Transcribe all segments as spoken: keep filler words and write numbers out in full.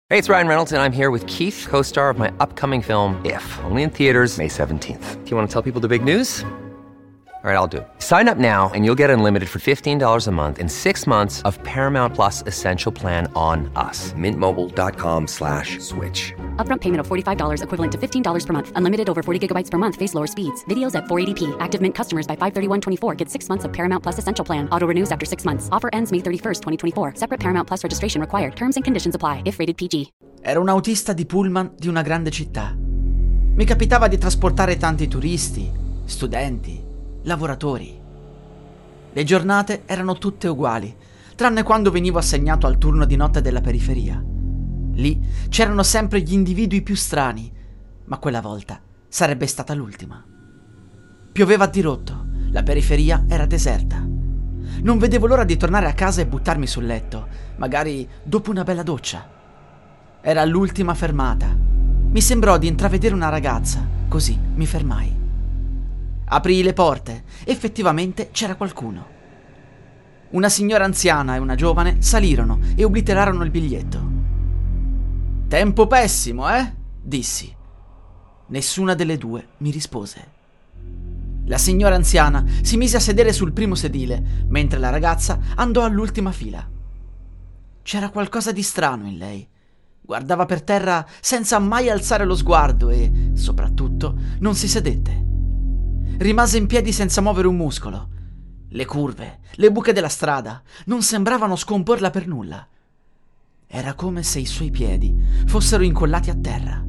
Hey, it's Ryan Reynolds, and I'm here with Keith, co-star of my upcoming film, If, only in theaters May seventeenth. Do you want to tell people the big news? All right, I'll do it. Sign up now and you'll get unlimited for fifteen dollars a month and six months of Paramount Plus Essential Plan on us. Mint Mobile dot com slash switch. Upfront payment of forty-five dollars equivalent to fifteen dollars per month. Unlimited over forty gigabytes per month. Face lower speeds. Videos at four eighty p. Active Mint customers by five thirty-one twenty-four get six months of Paramount Plus Essential Plan. Auto renews after six months. Offer ends May thirty-first, twenty twenty-four. Separate Paramount Plus registration required. Terms and conditions apply if rated P G. Ero un autista di pullman di una grande città. Mi capitava di trasportare tanti turisti, studenti, lavoratori. Le giornate erano tutte uguali, tranne quando venivo assegnato al turno di notte della periferia. Lì c'erano sempre gli individui più strani, ma quella volta sarebbe stata l'ultima. Pioveva a dirotto, la periferia era deserta. Non vedevo l'ora di tornare a casa e buttarmi sul letto, magari dopo una bella doccia. Era l'ultima fermata. Mi sembrò di intravedere una ragazza, così mi fermai. Aprii le porte, effettivamente c'era qualcuno. Una signora anziana e una giovane salirono e obliterarono il biglietto. «Tempo pessimo, eh?» dissi. Nessuna delle due mi rispose. La signora anziana si mise a sedere sul primo sedile, mentre la ragazza andò all'ultima fila. C'era qualcosa di strano in lei. Guardava per terra senza mai alzare lo sguardo e, soprattutto, non si sedette. Rimase in piedi senza muovere un muscolo. Le curve, le buche della strada non sembravano scomporla per nulla. Era come se i suoi piedi fossero incollati a terra.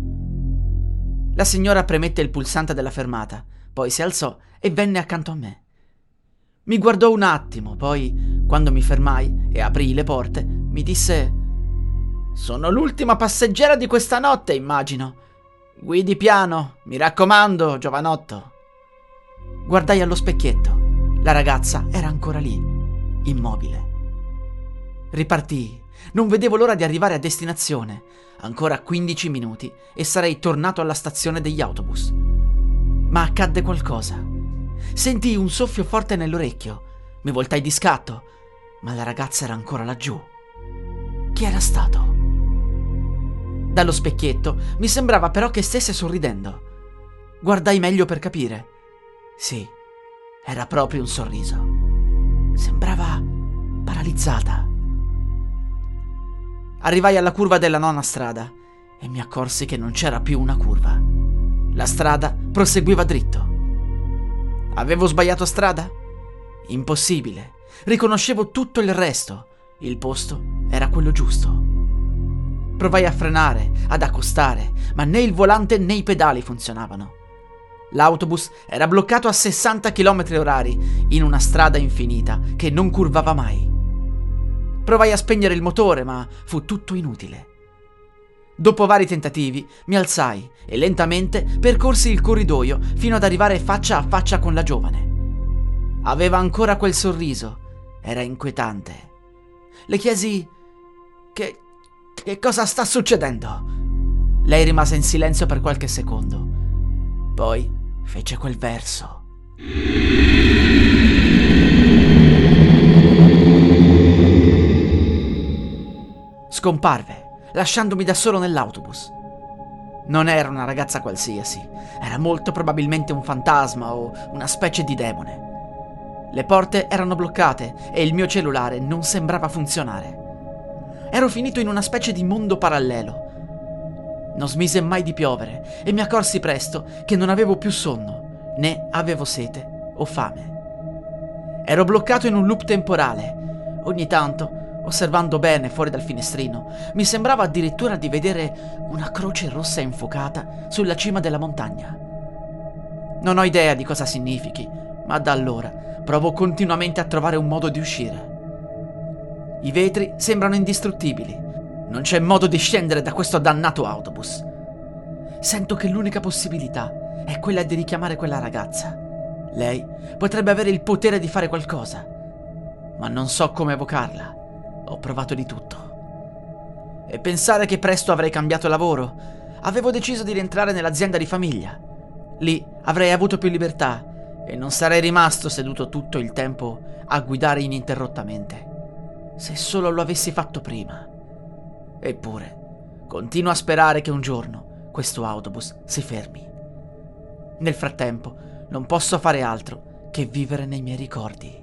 La signora premette il pulsante della fermata, poi si alzò e venne accanto a me. Mi guardò un attimo, poi, quando mi fermai e aprii le porte, mi disse: «Sono l'ultima passeggera di questa notte, immagino. Guidi piano, mi raccomando, giovanotto». Guardai allo specchietto. La ragazza era ancora lì, immobile. Ripartii. Non vedevo l'ora di arrivare a destinazione. Ancora quindici minuti e sarei tornato alla stazione degli autobus. Ma accadde qualcosa. Sentii un soffio forte nell'orecchio. Mi voltai di scatto, ma la ragazza era ancora laggiù. Chi era stato? Dallo specchietto mi sembrava però che stesse sorridendo. Guardai meglio per capire. Sì, era proprio un sorriso. Sembrava paralizzata. Arrivai alla curva della nona strada e mi accorsi che non c'era più una curva. La strada proseguiva dritto. Avevo sbagliato strada? Impossibile. Riconoscevo tutto il resto. Il posto era quello giusto. Provai a frenare, ad accostare, ma né il volante né i pedali funzionavano. L'autobus era bloccato a sessanta chilometri orari in una strada infinita che non curvava mai. Provai a spegnere il motore, ma fu tutto inutile. Dopo vari tentativi mi alzai e lentamente percorsi il corridoio fino ad arrivare faccia a faccia con la giovane. Aveva ancora quel sorriso. Era inquietante. Le chiesi: Che... che cosa sta succedendo? Lei rimase in silenzio per qualche secondo. Poi fece quel verso. Scomparve, lasciandomi da solo nell'autobus. Non era una ragazza qualsiasi, era molto probabilmente un fantasma o una specie di demone. Le porte erano bloccate e il mio cellulare non sembrava funzionare. Ero finito in una specie di mondo parallelo. Non smise mai di piovere e mi accorsi presto che non avevo più sonno, né avevo sete o fame. Ero bloccato in un loop temporale. Ogni tanto, osservando bene fuori dal finestrino, mi sembrava addirittura di vedere una croce rossa infuocata sulla cima della montagna. Non ho idea di cosa significhi, ma da allora provo continuamente a trovare un modo di uscire. I vetri sembrano indistruttibili. Non c'è modo di scendere da questo dannato autobus. Sento che l'unica possibilità è quella di richiamare quella ragazza. Lei potrebbe avere il potere di fare qualcosa, ma non so come evocarla. Ho provato di tutto. E pensare che presto avrei cambiato lavoro. Avevo deciso di rientrare nell'azienda di famiglia. Lì avrei avuto più libertà e non sarei rimasto seduto tutto il tempo a guidare ininterrottamente. Se solo lo avessi fatto prima. Eppure, Continuo a sperare che un giorno questo autobus si fermi. Nel frattempo non posso fare altro che vivere nei miei ricordi.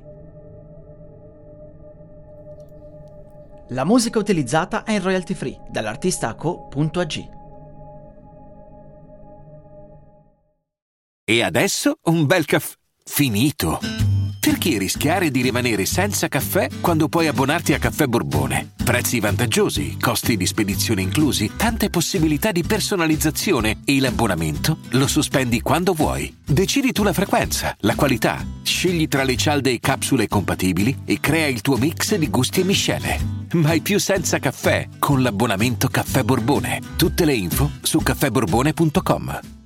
La musica utilizzata è in royalty free dall'artista co punto a g. E adesso un bel caffè finito. Perché rischiare di rimanere senza caffè quando puoi abbonarti a Caffè Borbone? Prezzi vantaggiosi, costi di spedizione inclusi, tante possibilità di personalizzazione e l'abbonamento lo sospendi quando vuoi. Decidi tu la frequenza, la qualità, scegli tra le cialde e capsule compatibili e crea il tuo mix di gusti e miscele. Mai più senza caffè con l'abbonamento Caffè Borbone. Tutte le info su caffè borbone punto com.